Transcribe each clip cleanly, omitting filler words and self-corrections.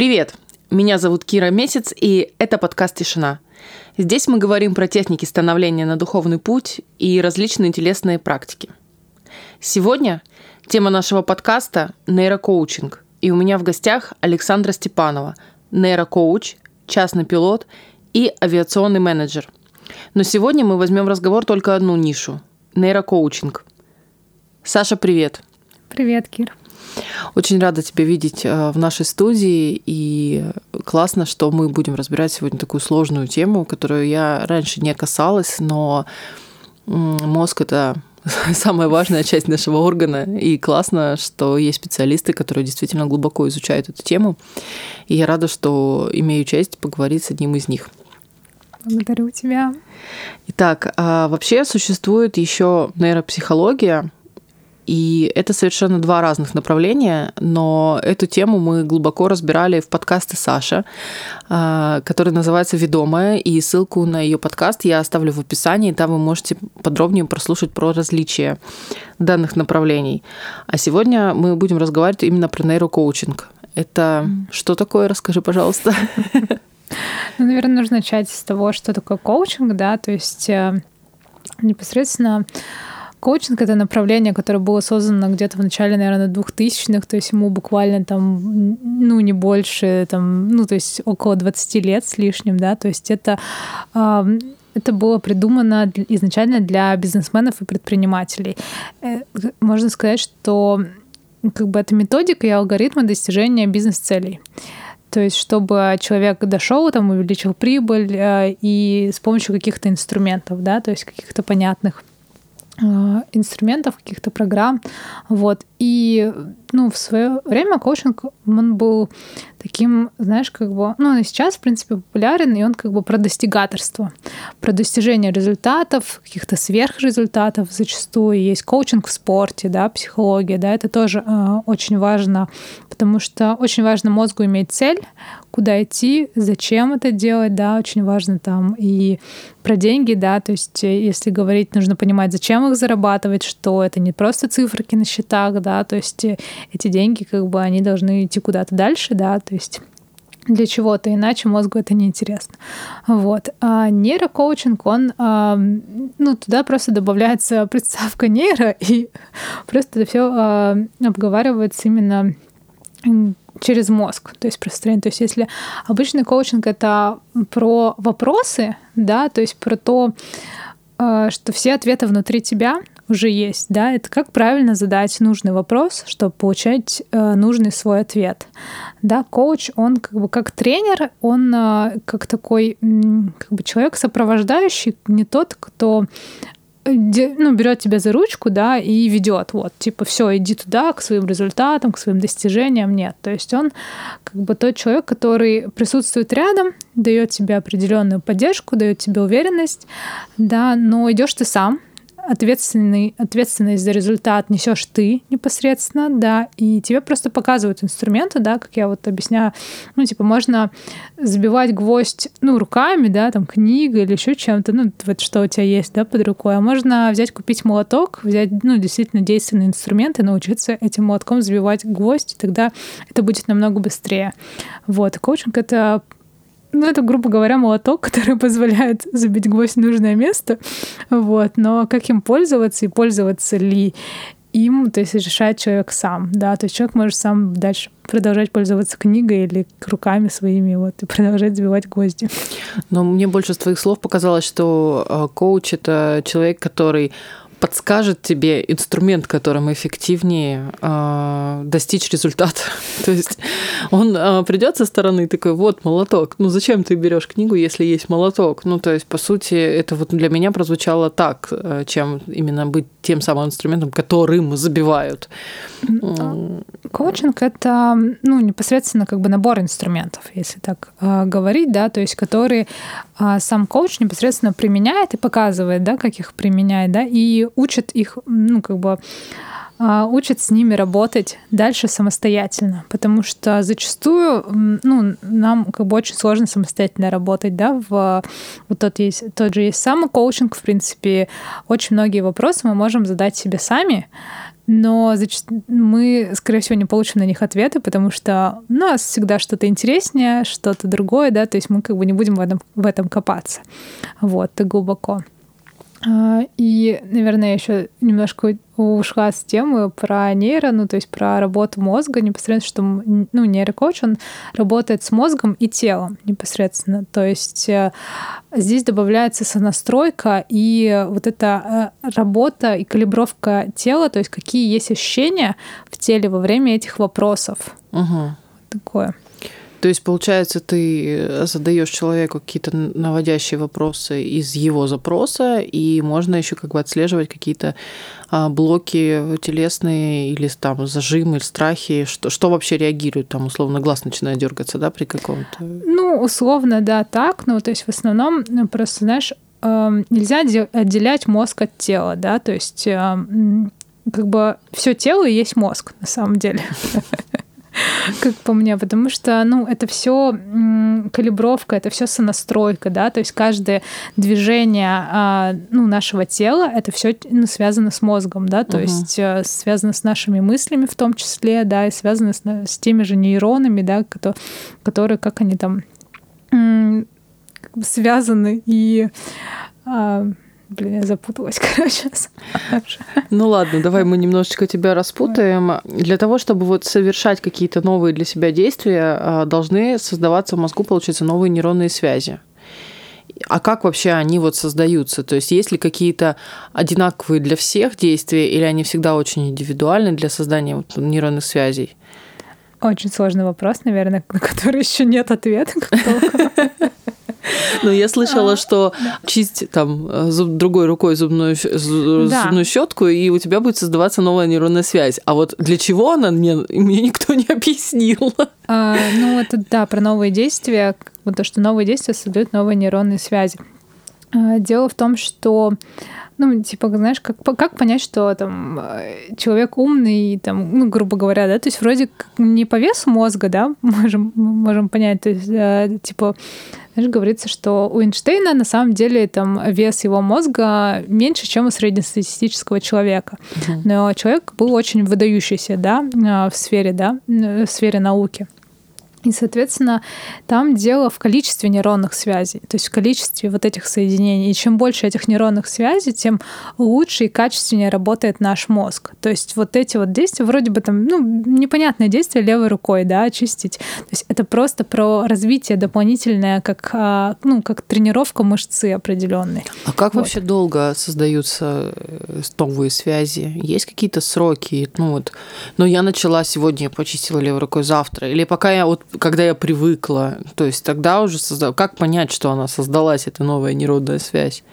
Привет! Меня зовут Кира Месяц, и это подкаст «Тишина». Здесь мы говорим про техники становления на духовный путь и различные телесные практики. Сегодня тема нашего подкаста – нейрокоучинг. И у меня в гостях Александра Степанова, нейрокоуч, частный пилот и авиационный менеджер. Но сегодня мы возьмем в разговор только одну нишу – нейрокоучинг. Саша, привет! Привет, Кир. Очень рада тебя видеть в нашей студии, и классно, что мы будем разбирать сегодня такую сложную тему, которую я раньше не касалась, но мозг — это самая важная часть нашего органа, и классно, что есть специалисты, которые действительно глубоко изучают эту тему, и я рада, что имею честь поговорить с одним из них. Благодарю тебя. Итак, вообще существует еще нейропсихология, и это совершенно два разных направления, но эту тему мы глубоко разбирали в подкасте Саши, который называется «Ведомая», и ссылку на ее подкаст я оставлю в описании, там вы можете подробнее прослушать про различия данных направлений. А сегодня мы будем разговаривать именно про нейрокоучинг. Это что такое? Расскажи, пожалуйста. Ну, наверное, нужно начать с того, что такое коучинг, да, то есть непосредственно коучинг — это направление, которое было создано где-то в начале, наверное, 2000-х, то есть ему буквально там, не больше, там, то есть около 20 лет с лишним, да, то есть это было придумано изначально для бизнесменов и предпринимателей. Можно сказать, что это методика и алгоритмы достижения бизнес-целей. То есть чтобы человек дошел, увеличил прибыль и с помощью каких-то инструментов, да, то есть каких-то понятных инструментов, каких-то программ. Вот. И в свое время коучинг, он был таким, знаешь, он и сейчас, в принципе, популярен, и он про достигаторство, про достижение результатов, каких-то сверхрезультатов. Зачастую есть коучинг в спорте, да, психология, да, это тоже очень важно, потому что очень важно мозгу иметь цель, куда идти, зачем это делать, да, очень важно там и про деньги, да, то есть если говорить, нужно понимать, зачем их зарабатывать, что это не просто циферки на счетах, да, то есть эти деньги, они должны идти куда-то дальше, да, то есть для чего-то, иначе мозгу это неинтересно. Вот. А нейрокоучинг, он, туда просто добавляется приставка нейро, и просто это все обговаривается именно через мозг, то есть пространение. То есть если обычный коучинг — это про вопросы, да, то есть про то, что все ответы внутри тебя уже есть, да, это как правильно задать нужный вопрос, чтобы получать нужный свой ответ. Да, коуч, он как тренер, он как такой человек сопровождающий, не тот, кто берет тебя за ручку, да, и ведет, все, иди туда, к своим результатам, к своим достижениям. Нет. То есть он тот человек, который присутствует рядом, дает тебе определенную поддержку, дает тебе уверенность, да, но идешь ты сам, ответственность за результат несешь ты непосредственно, да, и тебе просто показывают инструменты, да, как я объясняю, можно забивать гвоздь, руками, да, там, книгой или еще чем-то, что у тебя есть, да, под рукой, а можно взять, купить молоток, взять, действительно действенные инструменты, научиться этим молотком забивать гвоздь, и тогда это будет намного быстрее. Вот, коучинг — это грубо говоря, молоток, который позволяет забить гвоздь в нужное место. Вот. Но как им пользоваться и пользоваться ли им, то есть решает человек сам. Да? То есть человек может сам дальше продолжать пользоваться книгой или руками своими и продолжать забивать гвозди. Но мне больше с твоих слов показалось, что коуч — это человек, который подскажет тебе инструмент, которым эффективнее достичь результата. То есть он придет со стороны такой: вот молоток. Зачем ты берешь книгу, если есть молоток? То есть, по сути, это для меня прозвучало так, чем именно быть тем самым инструментом, которым забивают. Коучинг — это непосредственно набор инструментов, если так говорить, да, то есть который сам коуч непосредственно применяет и показывает, да, как их применяет, да, и учит их, учит с ними работать дальше самостоятельно, потому что зачастую нам очень сложно самостоятельно работать, да, тот же есть самокоучинг, в принципе, очень многие вопросы мы можем задать себе сами, но мы, скорее всего, не получим на них ответы, потому что у нас всегда что-то интереснее, что-то другое, да, то есть мы как бы не будем в этом копаться, вот, и глубоко. И, наверное, я еще немножко ушла с темы про нейро, ну, то есть про работу мозга непосредственно, что, ну, нейрокоуч, он работает с мозгом и телом непосредственно. То есть здесь добавляется сонастройка и вот эта работа и калибровка тела, то есть какие есть ощущения в теле во время этих вопросов. Угу. Такое. То есть, получается, ты задаешь человеку какие-то наводящие вопросы из его запроса, и можно еще как бы отслеживать какие-то блоки телесные или там зажимы, или страхи, что вообще реагирует, там условно глаз начинает дергаться, да, при каком-то... Ну, условно, да, так, ну, то есть в основном просто, знаешь, нельзя отделять мозг от тела, да, то есть как бы все тело и есть мозг на самом деле. Как по мне, потому что, ну, это все калибровка, это все сонастройка, да, то есть каждое движение, ну, нашего тела, это все связано с мозгом, да, то есть связано с нашими мыслями в том числе, да, и связано с теми же нейронами, да, которые как они там связаны и... Блин, я запуталась, короче. Ну ладно, давай мы немножечко тебя распутаем. Для того, чтобы вот совершать какие-то новые для себя действия, должны создаваться в мозгу, получается, новые нейронные связи. А как вообще они вот создаются? То есть есть ли какие-то одинаковые для всех действия, или они всегда очень индивидуальны для создания вот нейронных связей? Очень сложный вопрос, наверное, на который еще нет ответа. Ну, я слышала, что чисть там другой рукой зубную щетку, и у тебя будет создаваться новая нейронная связь. А вот для чего она, мне никто не объяснил. Ну, это да, про новые действия, вот то, что новые действия создают новые нейронные связи. Дело в том, что, ну, типа, знаешь, как понять, что там человек умный, там, ну, грубо говоря, да, то есть вроде не по весу мозга, да, можем понять, то есть, типа, знаешь, говорится, что у Эйнштейна на самом деле там вес его мозга меньше, чем у среднестатистического человека. Но человек был очень выдающийся, да, в сфере науки. И, соответственно, там дело в количестве нейронных связей, то есть в количестве вот этих соединений. И чем больше этих нейронных связей, тем лучше и качественнее работает наш мозг. То есть вот эти вот действия, вроде бы там, ну, непонятное действие левой рукой, да, очистить. То есть это просто про развитие дополнительное, как, ну, как тренировка мышцы определенной. А как вообще долго создаются новые связи? Есть какие-то сроки? Ну вот, но я начала сегодня, я почистила левой рукой, завтра. Или пока я вот когда я привыкла, то есть тогда уже создала. Как понять, что она создалась, эта новая нейронная связь?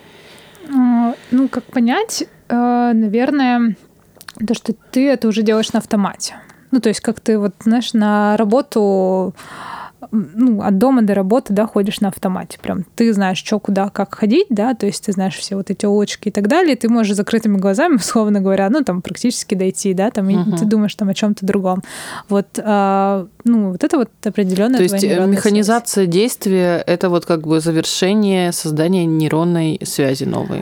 Ну, как понять? Наверное, то, что ты это уже делаешь на автомате. Ну, то есть как ты вот, знаешь, на работу, ну, от дома до работы, да, ходишь на автомате. Прям ты знаешь, что, куда, как ходить, да, то есть ты знаешь все вот эти улочки и так далее, ты можешь закрытыми глазами, условно говоря, ну, там, практически дойти, да, там, и ты думаешь там о чем-то другом. Вот, ну, вот это вот определенная твоя нейронная связь. То есть механизация действия — это вот как бы завершение создания нейронной связи новой?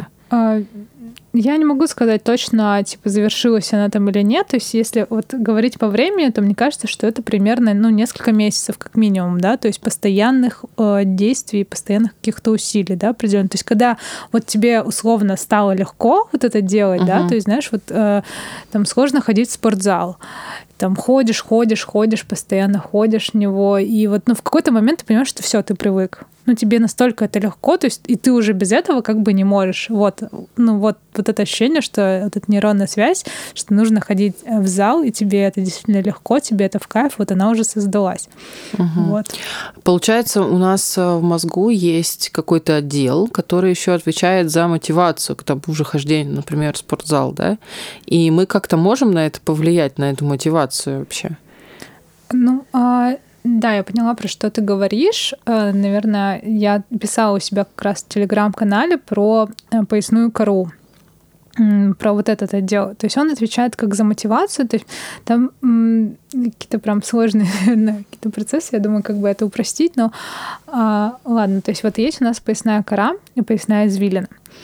Я не могу сказать точно, типа, завершилась она там или нет. То есть если вот говорить по времени, то мне кажется, что это примерно, ну, несколько месяцев как минимум, да, то есть постоянных действий, постоянных каких-то усилий, да, определенно. То есть когда вот тебе условно стало легко вот это делать, да, то есть, знаешь, вот там сложно ходить в спортзал, там ходишь, постоянно ходишь в него, и вот, ну, в какой-то момент ты понимаешь, что все, ты привык. Ну, тебе настолько это легко, то есть и ты уже без этого как бы не можешь. Вот, ну, вот это ощущение, что вот эта нейронная связь, что нужно ходить в зал, и тебе это действительно легко, тебе это в кайф, вот она уже создалась. Вот. Получается, у нас в мозгу есть какой-то отдел, который еще отвечает за мотивацию к тому же хождению, например, в спортзал, да? И мы как-то можем на это повлиять, на эту мотивацию вообще? Ну, да, я поняла, про что ты говоришь. Наверное, я писала у себя как раз в Телеграм-канале про поясную кору, про вот этот отдел. То есть он отвечает как за мотивацию, то есть там какие-то прям сложные какие-то процессы, я думаю, как бы это упростить, но ладно, то есть вот есть у нас поясная кора и поясная извилина.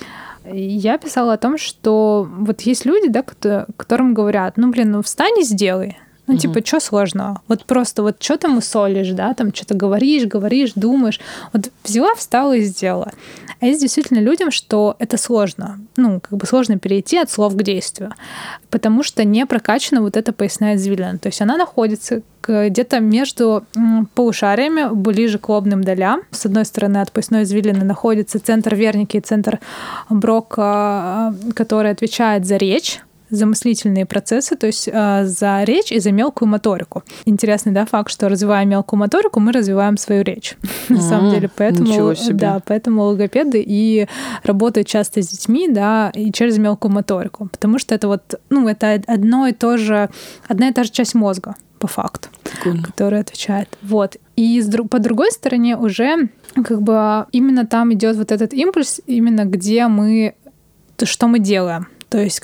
Я писала о том, что вот есть люди, да, которым говорят, встань и сделай. Что сложного? Вот просто вот что там усолишь, да, там что-то говоришь, думаешь. Вот взяла, встала и сделала. А есть действительно людям, что это сложно. Сложно перейти от слов к действию, потому что не прокачана вот эта поясная извилина. То есть она находится где-то между полушариями, ближе к лобным долям. С одной стороны, от поясной извилины находится центр Верники и центр Брока, который отвечает за речь, за мыслительные процессы, то есть за речь и за мелкую моторику. Интересный, да, факт, что развивая мелкую моторику, мы развиваем свою речь. На самом деле, поэтому логопеды и работают часто с детьми, да, и через мелкую моторику, потому что это это одна и та же часть мозга, по факту, которая отвечает. Вот. И по другой стороне уже именно там идет вот этот импульс, именно где что мы делаем. То есть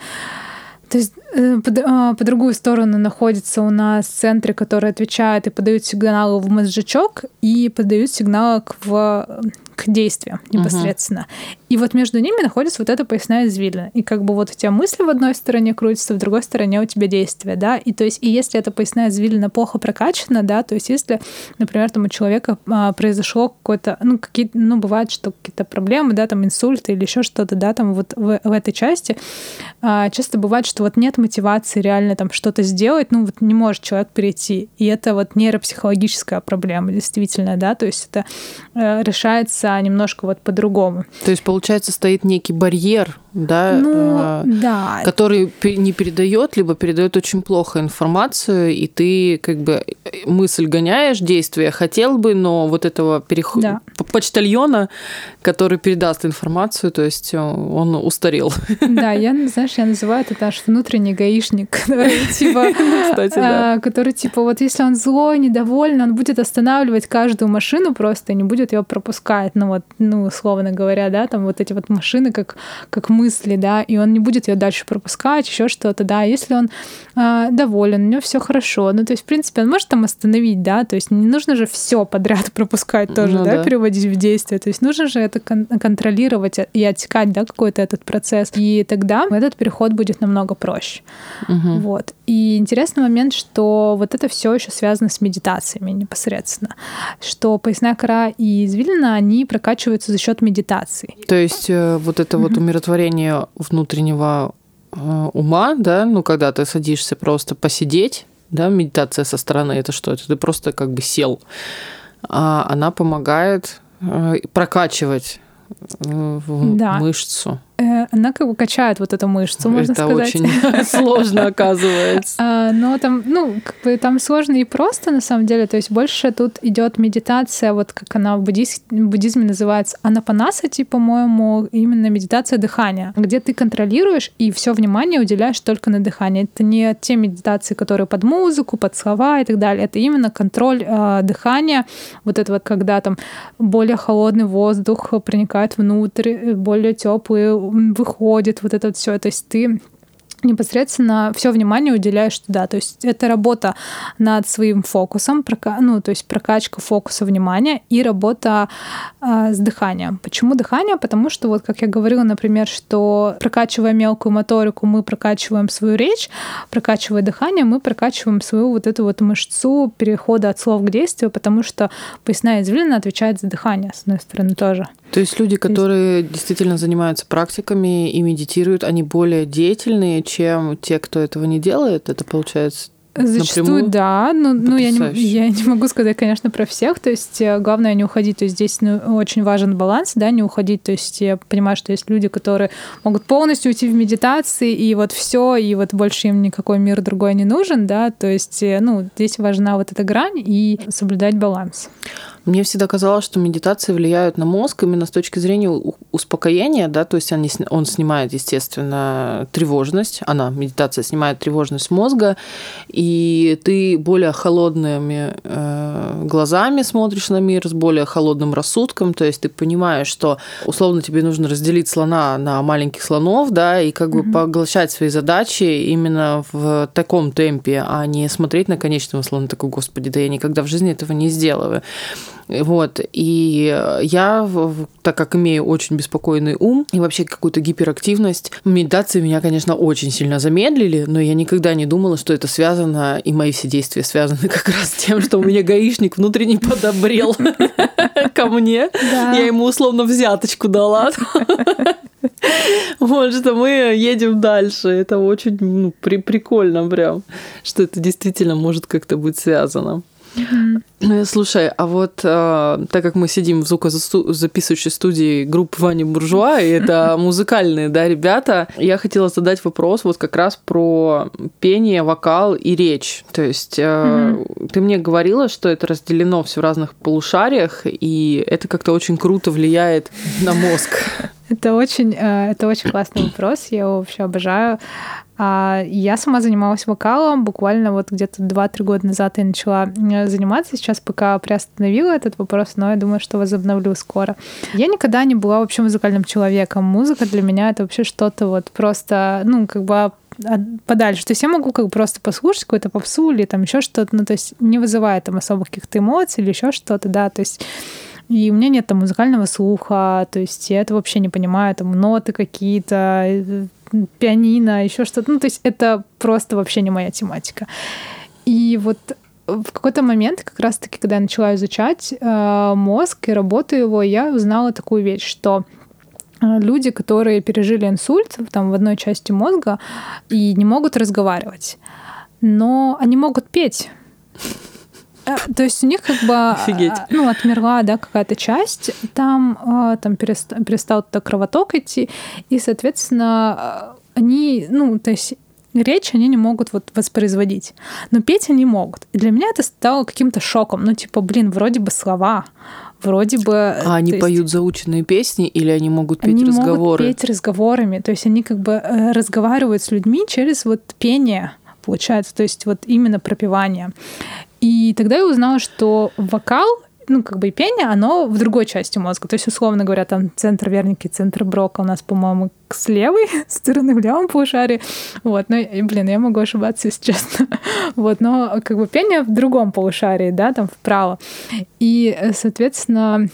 по другую сторону находится у нас центры, которые отвечают и подают сигналы в мозжечок и подают сигналы к действию непосредственно. И вот между ними находится вот эта поясная извилина. И вот у тебя мысли в одной стороне крутятся, в другой стороне у тебя действия, да. И то есть, и если эта поясная извилина плохо прокачана, да, то есть если, например, там у человека произошло какое-то, бывает, что какие-то проблемы, да, там инсульт или еще что-то, да, там вот в этой части, часто бывает, что вот нет мотивации реально там что-то сделать, не может человек перейти. И это вот нейропсихологическая проблема, действительно, да, то есть это решается немножко по-другому. То есть, получается, стоит некий барьер, да, да, который не передает, либо передает очень плохо информацию, и ты мысль гоняешь, действие хотел бы, но вот этого почтальона, который передаст информацию, то есть он устарел. Да, я называю это наш внутренний гаишник, который вот если он злой, недоволен, он будет останавливать каждую машину просто и не будет ее пропускать, условно говоря, да, там вот эти вот машины как мысли, да, и он не будет ее дальше пропускать, еще что-то, да, если он доволен, у него все хорошо, то есть, в принципе, он может там остановить, да, то есть не нужно же все подряд пропускать тоже, да, переводить в действие, то есть нужно же это контролировать и отсекать, да, какой-то этот процесс, и тогда этот переход будет намного проще. Вот. И интересный момент, что вот это все еще связано с медитациями непосредственно, что поясная кора и извилина, они прокачиваются за счет медитации. То есть вот это вот умиротворение внутреннего ума, да, когда ты садишься просто посидеть, да, медитация со стороны, это что? Это ты просто сел. А она помогает прокачивать мышцу. Она качает вот эту мышцу, можно сказать. Это очень сложно, оказывается. Но там, там сложно и просто, на самом деле. То есть больше тут идет медитация, вот как она в буддизме называется, анапанасати, по-моему, именно медитация дыхания, где ты контролируешь и все внимание уделяешь только на дыхание. Это не те медитации, которые под музыку, под слова и так далее. Это именно контроль дыхания. Вот это вот, когда там более холодный воздух проникает внутрь, более теплый выходит, вот это вот все. То есть ты непосредственно все внимание уделяешь туда. То есть это работа над своим фокусом, то есть прокачка фокуса внимания и работа с дыханием. Почему дыхание? Потому что, вот как я говорила, например, что прокачивая мелкую моторику, мы прокачиваем свою речь, прокачивая дыхание, мы прокачиваем свою вот эту вот мышцу перехода от слов к действию, потому что поясная извилина отвечает за дыхание, с одной стороны, тоже. То есть люди, которые действительно занимаются практиками и медитируют, они более деятельные, чем те, кто этого не делает? Это получается зачастую, напрямую? Да. Я не могу сказать, конечно, про всех. То есть главное не уходить. То есть здесь очень важен баланс, да, не уходить. То есть я понимаю, что есть люди, которые могут полностью уйти в медитации, и вот все, и вот больше им никакой мир другой не нужен, да. То есть, здесь важна вот эта грань и соблюдать баланс. Мне всегда казалось, что медитации влияют на мозг именно с точки зрения успокоения, да, то есть он снимает, естественно, тревожность, медитация снимает тревожность мозга, и ты более холодными глазами смотришь на мир, с более холодным рассудком, то есть ты понимаешь, что условно тебе нужно разделить слона на маленьких слонов, да, и поглощать свои задачи именно в таком темпе, а не смотреть на конечного слона, такой, господи, да я никогда в жизни этого не сделаю. Вот. И я, так как имею очень беспокойный ум и вообще какую-то гиперактивность, медитации меня, конечно, очень сильно замедлили, но я никогда не думала, что это связано, и мои все действия связаны как раз с тем, что у меня гаишник внутренне подобрел ко мне. Я ему условно взяточку дала. Вот, что мы едем дальше. Это очень прикольно прям, что это действительно может как-то быть связано. Слушай, а вот так как мы сидим в звукозаписывающей студии группы Вани Буржуа, и это музыкальные, да, ребята, я хотела задать вопрос вот как раз про пение, вокал и речь. То есть ты мне говорила, что это разделено все в разных полушариях, и это как-то очень круто влияет на мозг. Это очень классный вопрос, я его вообще обожаю. Я сама занималась вокалом, буквально вот где-то 2-3 года назад я начала заниматься, сейчас пока приостановила этот вопрос, но я думаю, что возобновлю скоро. Я никогда не была вообще музыкальным человеком. Музыка для меня — это вообще что-то вот просто, подальше. То есть я могу просто послушать какую-то попсу или там еще что-то, то есть не вызывает там особых каких-то эмоций или еще что-то, да, то есть и у меня нет там музыкального слуха, то есть я это вообще не понимаю, там ноты какие-то, пианино, еще что-то. То есть это просто вообще не моя тематика. И вот в какой-то момент, как раз-таки, когда я начала изучать мозг и работу его, я узнала такую вещь, что люди, которые пережили инсульт там, в одной части мозга и не могут разговаривать, но они могут петь. То есть у них отмерла, да, какая-то часть, там перестал туда кровоток идти, и, соответственно, они, то есть речь они не могут воспроизводить, но петь они могут. И для меня это стало каким-то шоком. вроде бы слова, вроде бы... А они поют заученные песни или они могут петь разговоры? Они могут петь разговорами, то есть они разговаривают с людьми через пение, получается, то есть именно пропевание. И тогда я узнала, что вокал, и пение, оно в другой части мозга. То есть, условно говоря, там центр Верники, центр Брока у нас, по-моему, с левой стороны, в левом полушарии. Вот, я могу ошибаться, если честно. Вот, но пение в другом полушарии, да, там вправо. И, соответственно,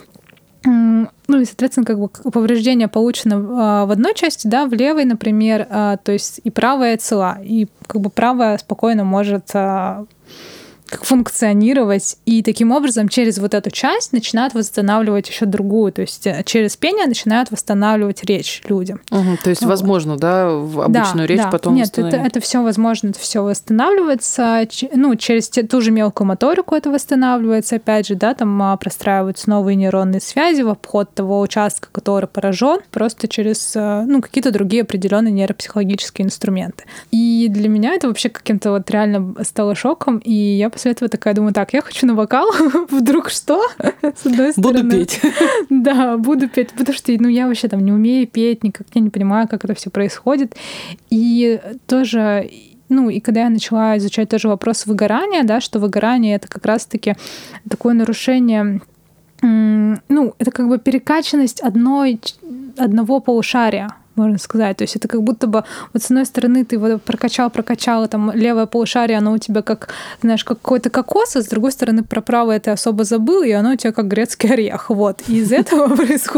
повреждение получено в одной части, да, в левой, например, то есть и правая цела, и правая спокойно может функционировать, и таким образом через эту часть начинают восстанавливать еще другую, то есть через пение начинают восстанавливать речь людям. То есть возможно, да, в обычную речь потом восстановить? Нет, это все возможно, это все восстанавливается, через ту же мелкую моторику это восстанавливается, опять же, да, там простраиваются новые нейронные связи в обход того участка, который поражен, просто через какие-то другие определенные нейропсихологические инструменты. И для меня это вообще каким-то реально стало шоком, и я после этого такая думаю, я хочу на вокал, вдруг что? С одной стороны. Буду петь. Да, буду петь, потому что я вообще там не умею петь, никак я не понимаю, как это все происходит. И тоже, и когда я начала изучать тоже вопрос выгорания, да, что выгорание — это как раз-таки такое нарушение, это перекачанность одного полушария, можно сказать. То есть это как будто бы с одной стороны ты его прокачала, там левое полушарие, оно у тебя как, знаешь, как какой-то кокос, а с другой стороны про правое ты особо забыл, и оно у тебя как грецкий орех. Вот. И из этого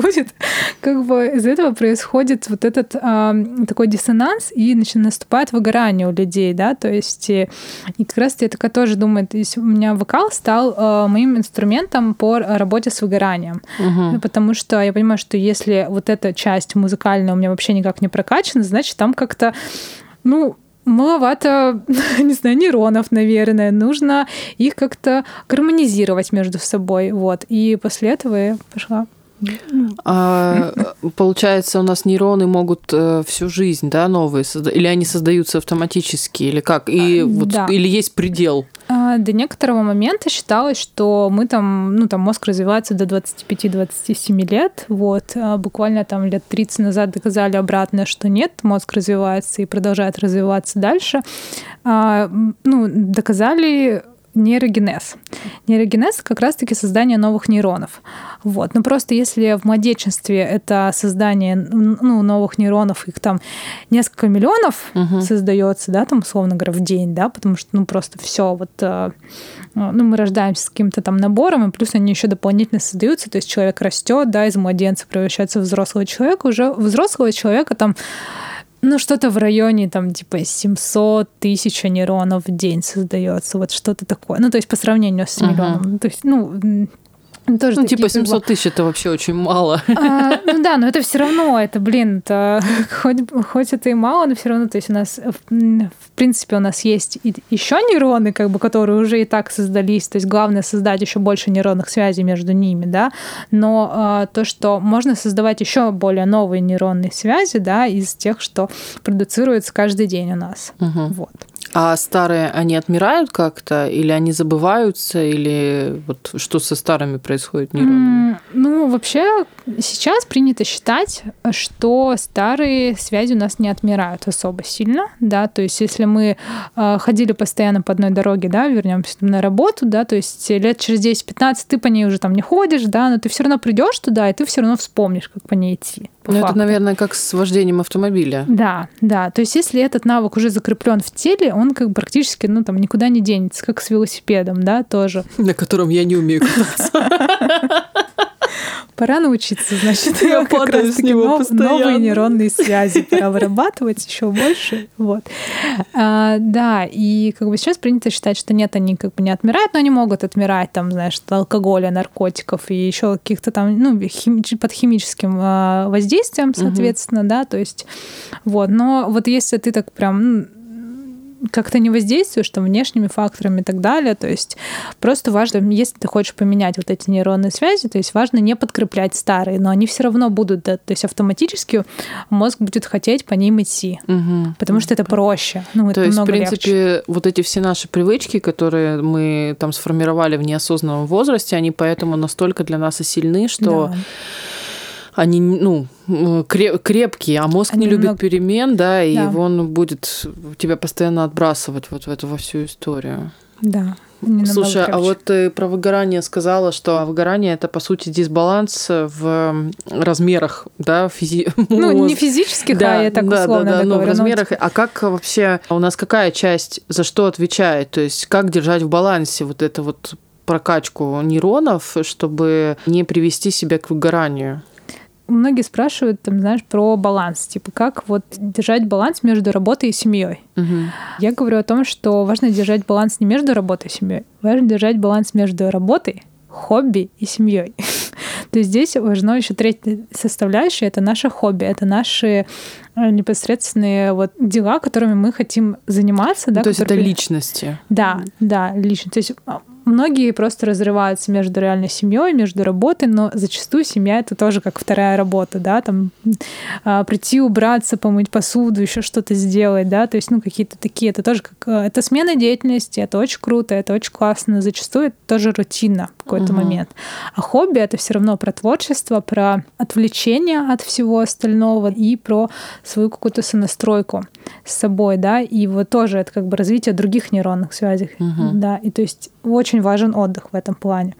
происходит этот такой диссонанс, и наступает выгорание у людей, да, то есть и как раз я такая тоже думаю, то есть у меня вокал стал моим инструментом по работе с выгоранием, потому что я понимаю, что если эта часть музыкальная у меня вообще никак не прокачана, значит, там как-то, маловато, не знаю, нейронов, наверное. Нужно их как-то гармонизировать между собой. Вот. И после этого я пошла. Получается, у нас нейроны могут всю жизнь, да, новые создать? Или они создаются автоматически? Или как? Или есть предел? До некоторого момента считалось, что мы мозг развивается до 25-27 лет. Вот. Буквально лет 30 назад доказали обратное, что нет, мозг развивается и продолжает развиваться дальше. Доказали нейрогенез. Нейрогенез — как раз-таки создание новых нейронов. Вот. Но просто если в младенчестве это создание новых нейронов, их там несколько миллионов создается, да, там, условно говоря, в день, да, потому что, просто все вот, мы рождаемся с каким-то там набором, и плюс они еще дополнительно создаются, то есть человек растет, да, из младенца превращается в взрослого человека, уже у взрослого человека там что-то в районе, там, типа 700 тысяч нейронов в день создается, вот что-то такое. То есть по сравнению с миллионом. То есть, тоже типа 700 тысяч это вообще очень мало. Да, но это все равно, это хоть это и мало, но все равно, то есть у нас, в принципе, у нас есть еще нейроны, которые уже и так создались, то есть главное создать еще больше нейронных связей между ними, да, но то, что можно создавать еще более новые нейронные связи, да, из тех, что продуцируется каждый день у нас. Вот. А старые, они отмирают как-то, или они забываются, или вот что со старыми происходит нейронами? Вообще сейчас принято считать, что старые связи у нас не отмирают особо сильно, да, то есть если мы ходили постоянно по одной дороге, да, вернемся на работу, да, то есть лет через 10-15 ты по ней уже там не ходишь, да, но ты все равно придешь туда, и ты все равно вспомнишь, как по ней идти. Это, наверное, как с вождением автомобиля. Да. То есть если этот навык уже закреплен в теле, он практически, никуда не денется, как с велосипедом, да, тоже. На котором я не умею кататься. Пора научиться, значит, я как раз таки новые нейронные связи пора вырабатывать еще больше. Вот. Да, и сейчас принято считать, что нет, они не отмирают, но они могут отмирать, там, знаешь, от алкоголя, наркотиков и еще каких-то там, под химическим воздействием, соответственно, да, то есть, вот. Но вот если ты так прям как-то не воздействуешь там внешними факторами и так далее, то есть просто важно, если ты хочешь поменять вот эти нейронные связи, то есть важно не подкреплять старые, но они все равно будут, да, то есть автоматически мозг будет хотеть по ним идти, потому что это проще, это то есть, намного в принципе, легче. Вот эти все наши привычки, которые мы там сформировали в неосознанном возрасте, они поэтому настолько для нас и сильны, что они, крепкие, а мозг не любит перемен, да, и он будет тебя постоянно отбрасывать вот в эту во всю историю. Да. Слушай, а вот ты про выгорание сказала, что выгорание — это, по сути, дисбаланс в размерах, да, не физических, я так условно говорю. В размерах. А как вообще, у нас какая часть за что отвечает? То есть как держать в балансе вот эту вот прокачку нейронов, чтобы не привести себя к выгоранию? Многие спрашивают, там, знаешь, про баланс, типа как вот держать баланс между работой и семьей. Я говорю о том, что важно держать баланс не между работой и семьей, важно держать баланс между работой, хобби и семьей. То есть здесь важна еще третья составляющая — это наше хобби, это наши непосредственные вот дела, которыми мы хотим заниматься. Да, то есть это личности. Да, личность. То есть многие просто разрываются между реальной семьей, между работой, но зачастую семья — это тоже как вторая работа, да, там прийти, убраться, помыть посуду, еще что-то сделать, да, то есть, какие-то такие, это тоже как, это смена деятельности, это очень круто, это очень классно, зачастую это тоже рутина в какой-то момент. А хобби — это все равно про творчество, про отвлечение от всего остального и про свою какую-то сонастройку с собой, да, и вот тоже это развитие других нейронных связей, да, и то есть очень важен отдых в этом плане.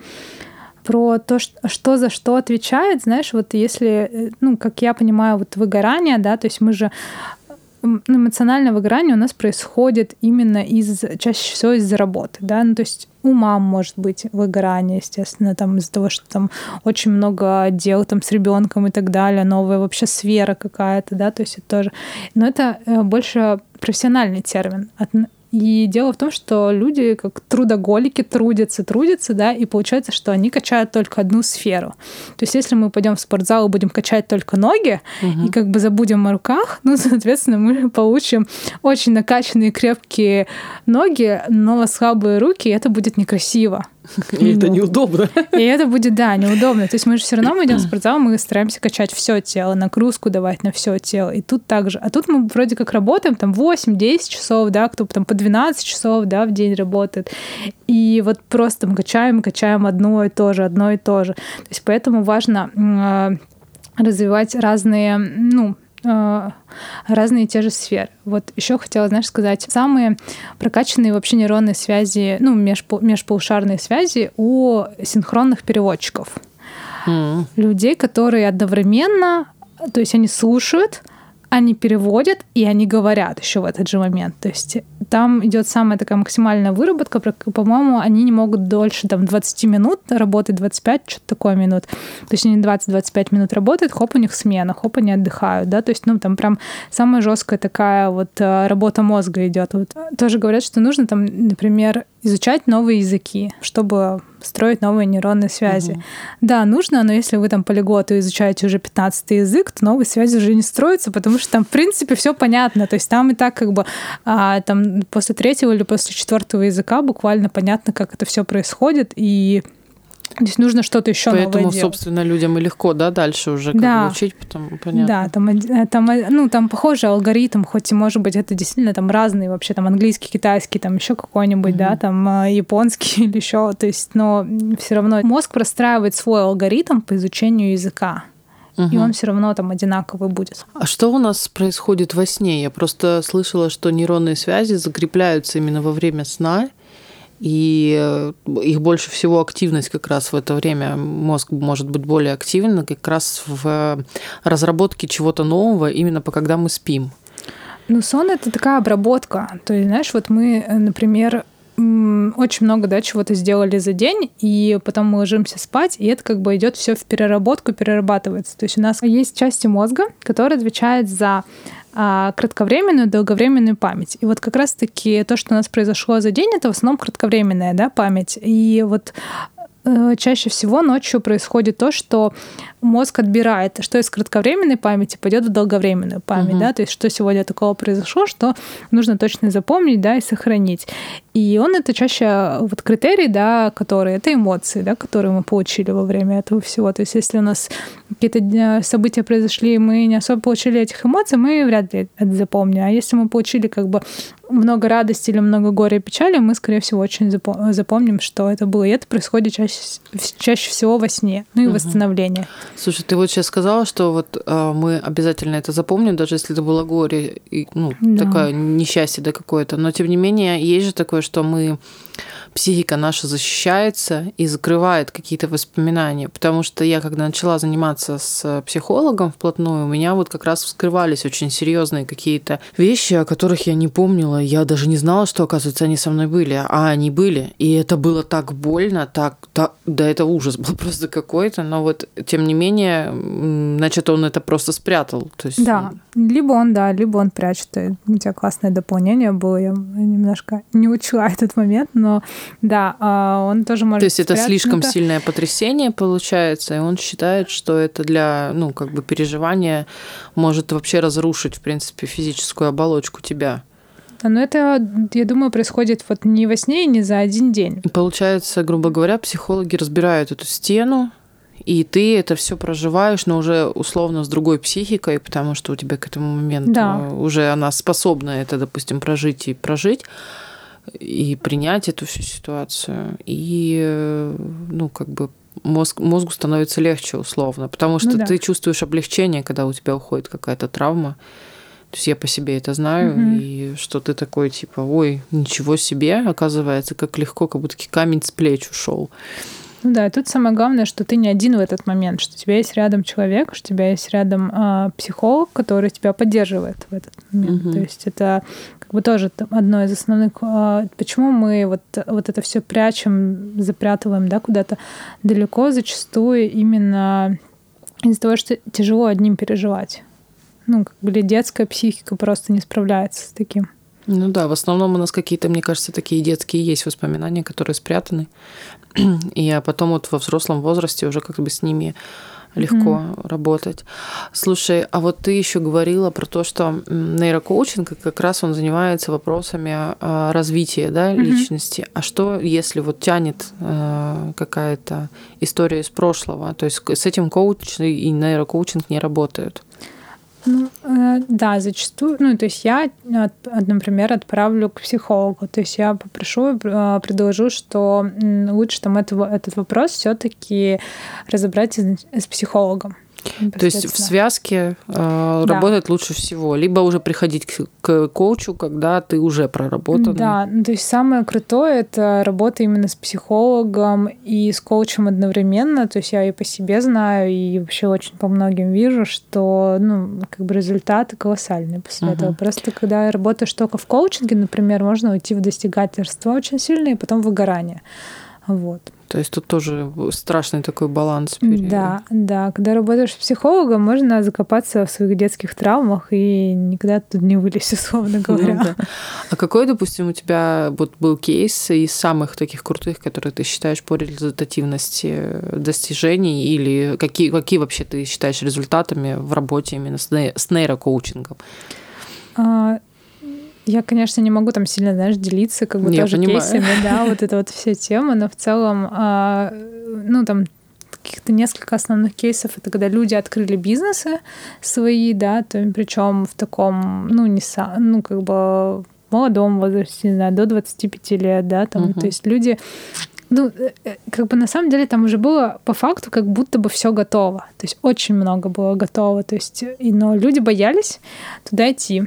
Про то, что за что отвечает, знаешь, вот если, как я понимаю, вот выгорание, да, то есть мы же эмоциональное выгорание у нас происходит именно чаще всего из-за работы, да, то есть у мам может быть выгорание, естественно, там из-за того, что там очень много дел там с ребенком и так далее, новая вообще сфера какая-то, да, то есть это тоже, но это больше профессиональный термин. И дело в том, что люди как трудоголики трудятся, да, и получается, что они качают только одну сферу. То есть если мы пойдем в спортзал и будем качать только ноги, и забудем о руках, соответственно, мы получим очень накачанные крепкие ноги, но слабые руки, и это будет некрасиво. И это неудобно. И это будет, неудобно. То есть мы же все равно идем в спортзал, мы стараемся качать все тело, нагрузку давать на все тело. И тут также. А тут мы вроде как работаем там 8-10 часов, да, кто там по 12 часов, да, в день работает. И вот просто мы качаем одно и то же. То есть поэтому важно развивать разные, разные те же сферы. Вот еще хотела, знаешь, сказать, самые прокачанные вообще нейронные связи, ну, межполушарные связи у синхронных переводчиков. Людей, которые одновременно, то есть они слушают, они переводят и они говорят еще в этот же момент. То есть там идет самая такая максимальная выработка. По-моему, они не могут дольше там 20 минут работать, 25, что-то такое минут. То есть они 20-25 минут работают, хоп, у них смена, хоп, они отдыхают, да. То есть, ну, там прям самая жесткая такая вот работа мозга идет. Вот. Тоже говорят, что нужно там, например, изучать новые языки, чтобы строить новые нейронные связи. Да, нужно, но если вы там полиглоту изучаете уже 15-й язык, то новые связи уже не строятся, потому что там, в принципе, все понятно. То есть там и так как бы там после 3-го или после 4-го языка буквально понятно, как это все происходит, и здесь нужно что-то еще новое делать. Поэтому, собственно, людям и легко, да, дальше уже как бы учить, потом понятно. Да, там похожий алгоритм, хоть и, может быть, это действительно там разные вообще, там английский, китайский, там еще какой-нибудь, да, там японский или еще, то есть, но все равно мозг простраивает свой алгоритм по изучению языка. И он все равно там одинаковый будет. А что у нас происходит во сне? Я просто слышала, что нейронные связи закрепляются именно во время сна, и их больше всего активность как раз в это время. Мозг может быть более активен как раз в разработке чего-то нового именно когда мы спим. Ну, сон — это такая обработка. То есть, знаешь, вот мы, например, очень много, да, чего-то сделали за день, и потом мы ложимся спать, и это как бы идет все в переработку, перерабатывается. То есть у нас есть части мозга, которые отвечают за кратковременную, долговременную память. И вот как раз-таки то, что у нас произошло за день, это в основном кратковременная, да, память. И вот чаще всего ночью происходит то, что мозг отбирает, что из кратковременной памяти пойдет в долговременную память, да, то есть что сегодня такого произошло, что нужно точно запомнить, да, и сохранить. И он это чаще, вот критерий, да, которые, это эмоции, да, которые мы получили во время этого всего. То есть если у нас какие-то события произошли, и мы не особо получили этих эмоций, мы вряд ли это запомним. А если мы получили как бы много радости или много горя и печали, мы, скорее всего, очень запомним, что это было. И это происходит чаще всего во сне, ну и восстановление. Слушай, ты вот сейчас сказала, что вот мы обязательно это запомним, даже если это было горе, и, ну, такое несчастье, да, какое-то. Но, тем не менее, есть же такое, что психика наша защищается и закрывает какие-то воспоминания. Потому что я, когда начала заниматься с психологом вплотную, у меня вот как раз вскрывались очень серьезные какие-то вещи, о которых я не помнила. Я даже не знала, что, оказывается, они со мной были. А они были. И это было так больно, да, это ужас был просто какой-то. Но вот, тем не менее, значит, он это просто спрятал. То есть... Да, либо он прячет. У тебя классное дополнение было. Я немножко не учла этот момент, но да, он тоже может... То есть это слишком сильное потрясение получается, и он считает, что это для, переживания может вообще разрушить, в принципе, физическую оболочку тебя. Но это, я думаю, происходит вот не во сне и не за один день. И получается, грубо говоря, психологи разбирают эту стену, и ты это все проживаешь, но уже условно с другой психикой, потому что у тебя к этому моменту уже она способна это, допустим, прожить, и принять эту всю ситуацию. И, мозгу становится легче условно, потому что ты чувствуешь облегчение, когда у тебя уходит какая-то травма. То есть я по себе это знаю, и что ты такой, типа, ой, ничего себе, оказывается, как легко, как будто камень с плеч ушел. Ну да, и тут самое главное, что ты не один в этот момент, что у тебя есть рядом человек, что у тебя есть рядом психолог, который тебя поддерживает в этот момент. То есть это как бы тоже одно из основных... Почему мы вот это все прячем, запрятываем, да, куда-то далеко, зачастую именно из-за того, что тяжело одним переживать. Детская психика просто не справляется с таким. Ну да, в основном у нас какие-то, мне кажется, такие детские есть воспоминания, которые спрятаны. И потом вот во взрослом возрасте уже как бы с ними легко работать. Слушай, а вот ты еще говорила про то, что нейрокоучинг как раз он занимается вопросами развития, да, личности. А что, если вот тянет какая-то история из прошлого? То есть с этим коучинг и нейрокоучинг не работают? Да, зачастую. То есть я, например, отправлю к психологу. То есть я попрошу, предложу, что лучше там этот вопрос все-таки разобрать с психологом. То есть в связке работать лучше всего. Либо уже приходить к коучу, когда ты уже проработан. Да, то есть самое крутое — это работа именно с психологом и с коучем одновременно. То есть я и по себе знаю, и вообще очень по многим вижу, что результаты колоссальные после этого. Просто когда работаешь только в коучинге, например, можно уйти в достигательство очень сильно и потом выгорание. Вот. То есть тут тоже страшный такой баланс. Да. Когда работаешь психологом, можно закопаться в своих детских травмах и никогда тут не вылезть, условно говоря. А какой, допустим, у тебя был кейс из самых таких крутых, которые ты считаешь по результативности достижений, или какие вообще ты считаешь результатами в работе именно с нейрокоучингом? Я, конечно, не могу там сильно, делиться тоже кейсами, вот эта вот вся тема, но в целом, там каких-то несколько основных кейсов. Это когда люди открыли бизнесы свои, причем в таком, молодом возрасте, не знаю, до 25 лет, то есть люди... на самом деле там уже было по факту как будто бы все готово. То есть очень много было готово. То есть, но люди боялись туда идти.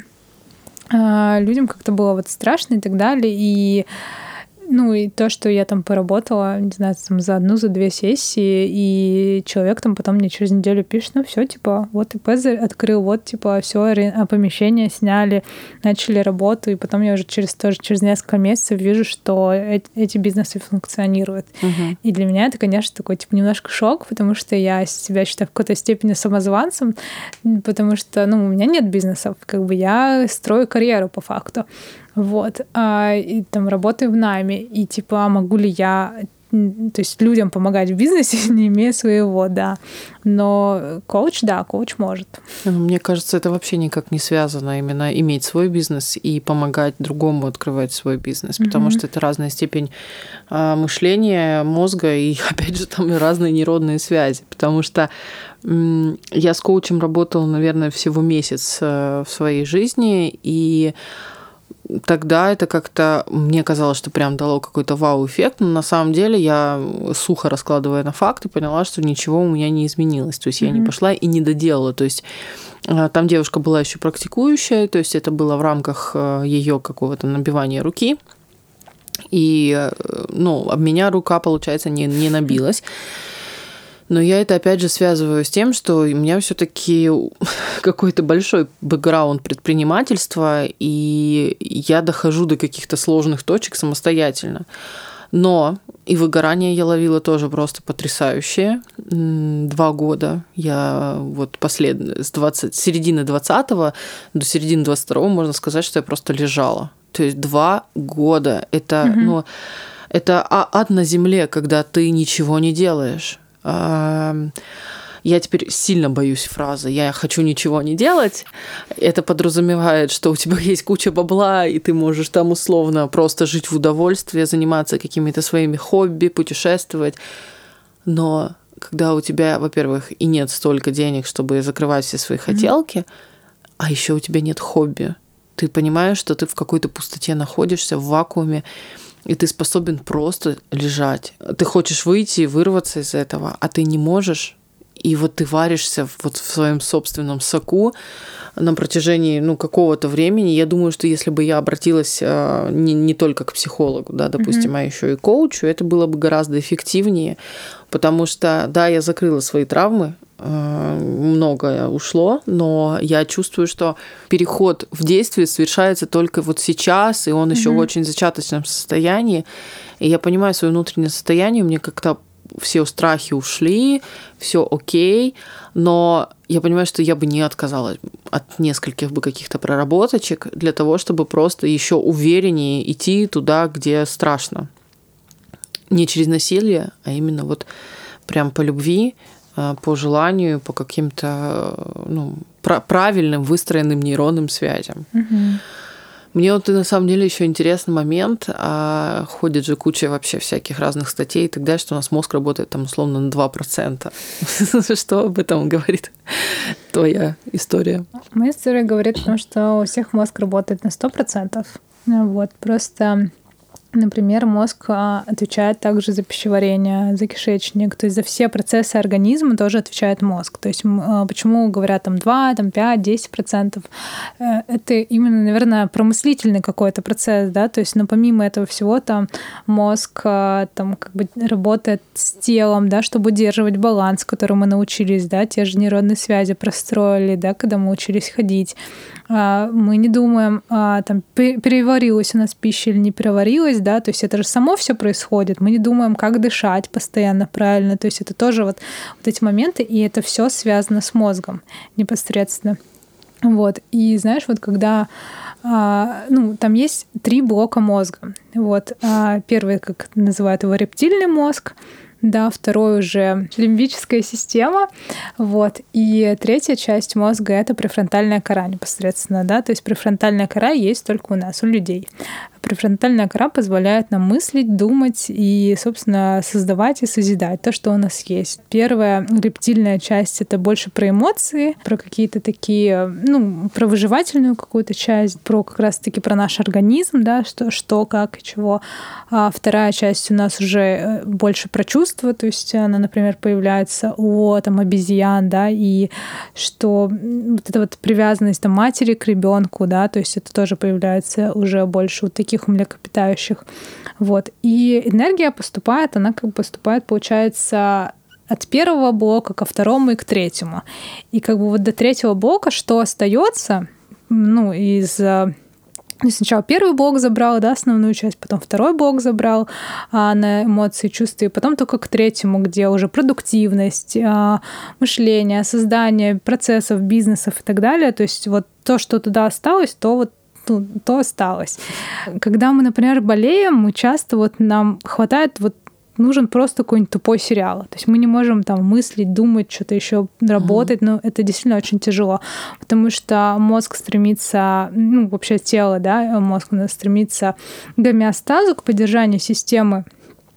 Людям как-то было страшно и так далее. И то, что я там поработала, не знаю, за 1-2 сессии, и человек там потом мне через неделю пишет, все, вот ИП открыл, вот, все, помещение сняли, начали работу, и потом я уже через несколько месяцев вижу, что эти бизнесы функционируют. И для меня это, конечно, такой, немножко шок, потому что я себя считаю в какой-то степени самозванцем, потому что, у меня нет бизнесов, я строю карьеру по факту. Вот, и там работаю в найме, и могу ли я, то есть людям помогать в бизнесе, не имея своего, но коуч может. Мне кажется, это вообще никак не связано, именно иметь свой бизнес и помогать другому открывать свой бизнес, потому что это разная степень мышления, мозга и, опять же, там и разные нейронные связи, потому что я с коучем работала, наверное, всего месяц в своей жизни, и тогда это как-то, мне казалось, что прям дало какой-то вау-эффект, но на самом деле я, сухо раскладывая на факты, поняла, что ничего у меня не изменилось. То есть я не пошла и не доделала. То есть там девушка была еще практикующая, то есть это было в рамках ее какого-то набивания руки. И, об меня рука, получается, не набилась. Но я это, опять же, связываю с тем, что у меня все-таки какой-то большой бэкграунд предпринимательства, и я дохожу до каких-то сложных точек самостоятельно. Но и выгорание я ловила тоже просто потрясающее. 2 года я с середины 20-го до середины 22-го, можно сказать, что я просто лежала. То есть 2 года. Это, это ад на земле, когда ты ничего не делаешь. Я теперь сильно боюсь фразы «я хочу ничего не делать». Это подразумевает, что у тебя есть куча бабла, и ты можешь там условно просто жить в удовольствии, заниматься какими-то своими хобби, путешествовать. Но когда у тебя, во-первых, и нет столько денег, чтобы закрывать все свои хотелки, а еще у тебя нет хобби, ты понимаешь, что ты в какой-то пустоте находишься, в вакууме, и ты способен просто лежать. Ты хочешь выйти и вырваться из этого, а ты не можешь. И ты варишься в своем собственном соку на протяжении какого-то времени. Я думаю, что если бы я обратилась не только к психологу, допустим, а еще и коучу, это было бы гораздо эффективнее. Потому что, я закрыла свои травмы, многое ушло, но я чувствую, что переход в действие совершается только сейчас, и он еще в очень зачаточном состоянии. И я понимаю свое внутреннее состояние, у меня как-то все страхи ушли, все окей, но я понимаю, что я бы не отказалась от нескольких бы каких-то проработочек для того, чтобы просто еще увереннее идти туда, где страшно. Не через насилие, а именно прям по любви, по желанию, по каким-то правильным выстроенным нейронным связям. Мне на самом деле еще интересный момент. Ходит же куча вообще всяких разных статей и так далее, что у нас мозг работает там условно на 2%. Что об этом говорит твоя история? Моя история говорит о том, что у всех мозг работает на 100%. Просто Например, мозг отвечает также за пищеварение, за кишечник, то есть за все процессы организма тоже отвечает мозг. То есть почему говорят там 2, там 5, 10%? Это именно, наверное, промыслительный какой-то процесс, да, то есть, но помимо этого всего там мозг там как бы работает с телом, да, чтобы удерживать баланс, который мы научились, да, те же нейронные связи простроили, да, когда мы учились ходить. Мы не думаем, там, переварилась у нас пища или не переварилась, да, то есть это же само все происходит. Мы не думаем, как дышать постоянно правильно, то есть это тоже вот эти моменты, и это все связано с мозгом непосредственно. Вот. И знаешь, вот когда там есть 3 блока мозга. Вот. Первый, как называют его, рептильный мозг, да, второй уже лимбическая система, вот, и третья часть мозга — это префронтальная кора непосредственно, да, то есть префронтальная кора есть только у нас, у людей. Префронтальная кора позволяет нам мыслить, думать и, собственно, создавать и созидать то, что у нас есть. Первая рептильная часть — это больше про эмоции, про какие-то такие, про выживательную какую-то часть, про как раз-таки про наш организм, да, что, как и чего. А вторая часть у нас уже больше про чувства, то есть она, например, появляется у там обезьян, да, и что вот эта вот привязанность там матери к ребенку, да, то есть это тоже появляется уже больше у таких у млекопитающих. Вот. И энергия поступает, она как бы поступает, получается, от первого блока ко второму и к третьему. И как бы вот до третьего блока что остается, сначала первый блок забрал, да, основную часть, потом второй блок забрал на эмоции, чувства, и потом только к третьему, где уже продуктивность, мышление, создание процессов, бизнесов и так далее. То есть вот то, что туда осталось, то осталось. Когда мы, например, болеем, мы часто нам хватает нужен просто какой-нибудь тупой сериал. То есть мы не можем там мыслить, думать, что-то еще работать, но это действительно очень тяжело, потому что мозг стремится, вообще тело, да, мозг у нас стремится к гомеостазу, к поддержанию системы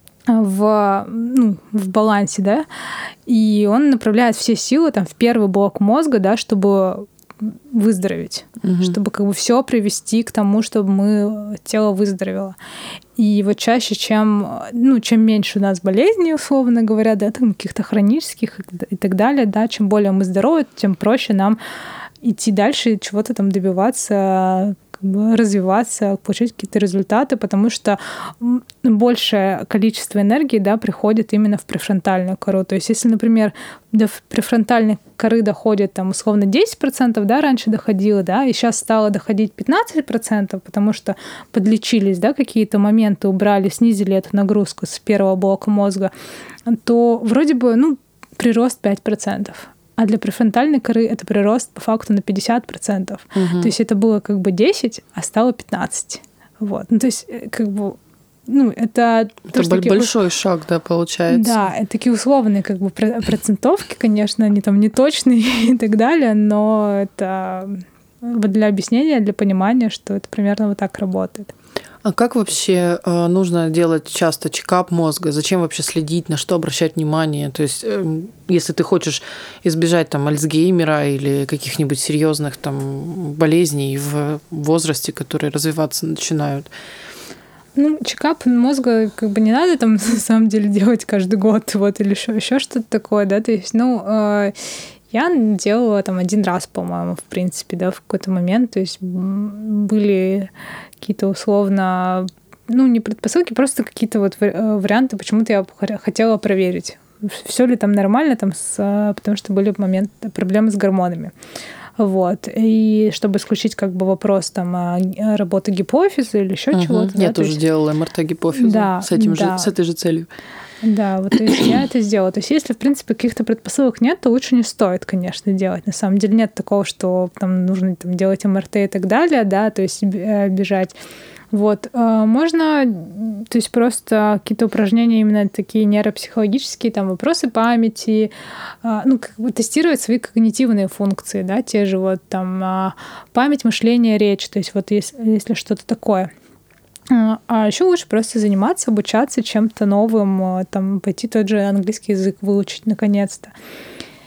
в балансе, да, и он направляет все силы там в первый блок мозга, да, чтобы выздороветь, чтобы как бы все привести к тому, чтобы тело выздоровело. И вот чаще, чем меньше у нас болезней, условно говоря, да, там каких-то хронических и так далее, да, чем более мы здоровы, тем проще нам идти дальше, чего-то там добиваться, развиваться, получать какие-то результаты, потому что большее количество энергии, да, приходит именно в префронтальную кору. То есть если, например, до префронтальной коры доходит там условно 10%, да, раньше доходило, да, и сейчас стало доходить 15%, потому что подлечились, да, какие-то моменты убрали, снизили эту нагрузку с первого блока мозга, то вроде бы, прирост 5%. А для префронтальной коры это прирост по факту на 50%. То есть это было как бы 10, а стало 15. Вот. То есть как бы это большой шаг, да, получается. Да, это такие условные как бы процентовки, конечно, они там не точные и так далее, но это для объяснения, для понимания, что это примерно вот так работает. А как вообще нужно делать часто чекап мозга? Зачем вообще следить, на что обращать внимание? То есть, если ты хочешь избежать там Альцгеймера или каких-нибудь серьезных там болезней в возрасте, которые развиваться начинают. Чекап мозга как бы не надо там на самом деле делать каждый год, вот, или еще что-то такое, да, то есть, я делала там 1 раз, по-моему, в принципе, да, в какой-то момент, то есть были какие-то условно, не предпосылки, просто какие-то вот варианты, почему-то я хотела проверить, все ли там нормально, потому что были проблемы с гормонами. Вот. И чтобы исключить как бы вопрос там работы гипофиза или еще чего-то. Я тоже делала МРТ гипофиза с этой же целью. Да, вот то есть я это сделала. То есть если, в принципе, каких-то предпосылок нет, то лучше не стоит, конечно, делать. На самом деле нет такого, что там нужно там, делать МРТ и так далее, да, то есть бежать. Вот. Можно, то есть просто какие-то упражнения именно такие нейропсихологические, там вопросы памяти, как бы тестировать свои когнитивные функции, да, те же вот там память, мышление, речь, то есть вот если что-то такое. А еще лучше просто заниматься, обучаться чем-то новым, там, пойти тот же английский язык выучить наконец-то.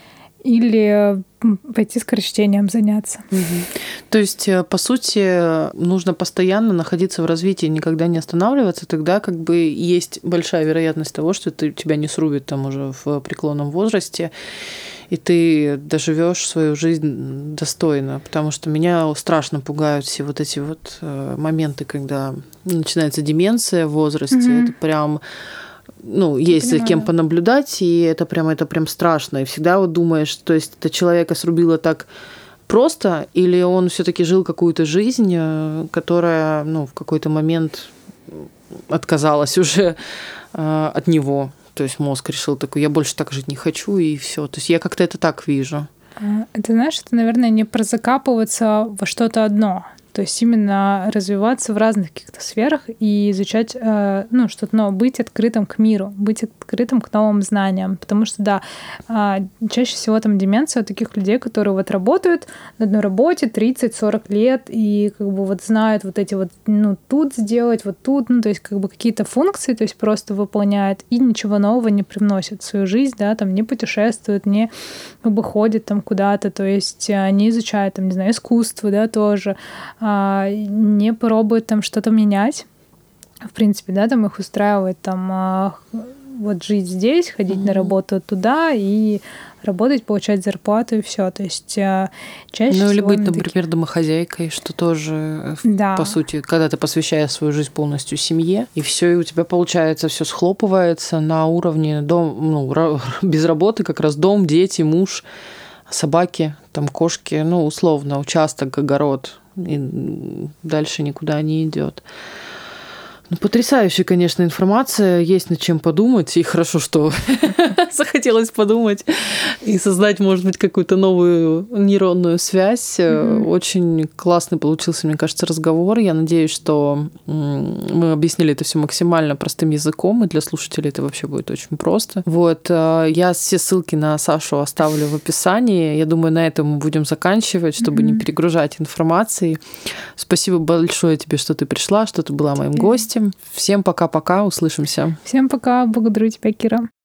или пойти скорочтением заняться. То есть, по сути, нужно постоянно находиться в развитии, никогда не останавливаться, тогда как бы есть большая вероятность того, что тебя не срубит там уже в преклонном возрасте, и ты доживешь свою жизнь достойно, потому что меня страшно пугают все вот эти вот моменты, когда начинается деменция в возрасте, это прям... есть за кем понаблюдать, и это прям страшно. И всегда вот думаешь, то есть это человека срубило так просто, или он все-таки жил какую-то жизнь, которая, в какой-то момент отказалась уже от него. То есть мозг решил такой, я больше так жить не хочу, и все. То есть я как-то это так вижу. Это, знаешь, это, наверное, не про закапываться во что-то одно. То есть именно развиваться в разных каких-то сферах и изучать что-то новое, быть открытым к миру, быть открытым к новым знаниям. Потому что, да, чаще всего там деменция у таких людей, которые вот работают на одной работе 30-40 лет и как бы вот знают вот эти вот, тут сделать, вот тут, то есть как бы какие-то функции, то есть просто выполняют и ничего нового не привносят в свою жизнь, да, там не путешествуют, не как бы ходят там куда-то, то есть не изучают там, не знаю, искусство, да, тоже, не пробуют там что-то менять. В принципе, да, там их устраивает там вот жить здесь, ходить на работу туда и работать, получать зарплату и все. То есть чаще всего... или быть, например, домохозяйкой, что тоже, по сути, когда ты посвящаешь свою жизнь полностью семье, и все, и у тебя получается, все схлопывается на уровне без работы, как раз дом, дети, муж, собаки, там кошки, условно, участок, огород, и дальше никуда не идет. Потрясающая, конечно, информация, есть над чем подумать, и хорошо, что захотелось подумать и создать, может быть, какую-то новую нейронную связь. Очень классный получился, мне кажется, разговор. Я надеюсь, что мы объяснили это все максимально простым языком, и для слушателей это вообще будет очень просто. Вот, я все ссылки на Сашу оставлю в описании. Я думаю, на этом мы будем заканчивать, чтобы не перегружать информацией. Спасибо большое тебе, что ты пришла, что ты была моим гостем. Всем пока-пока, услышимся. Всем пока, благодарю тебя, Кира.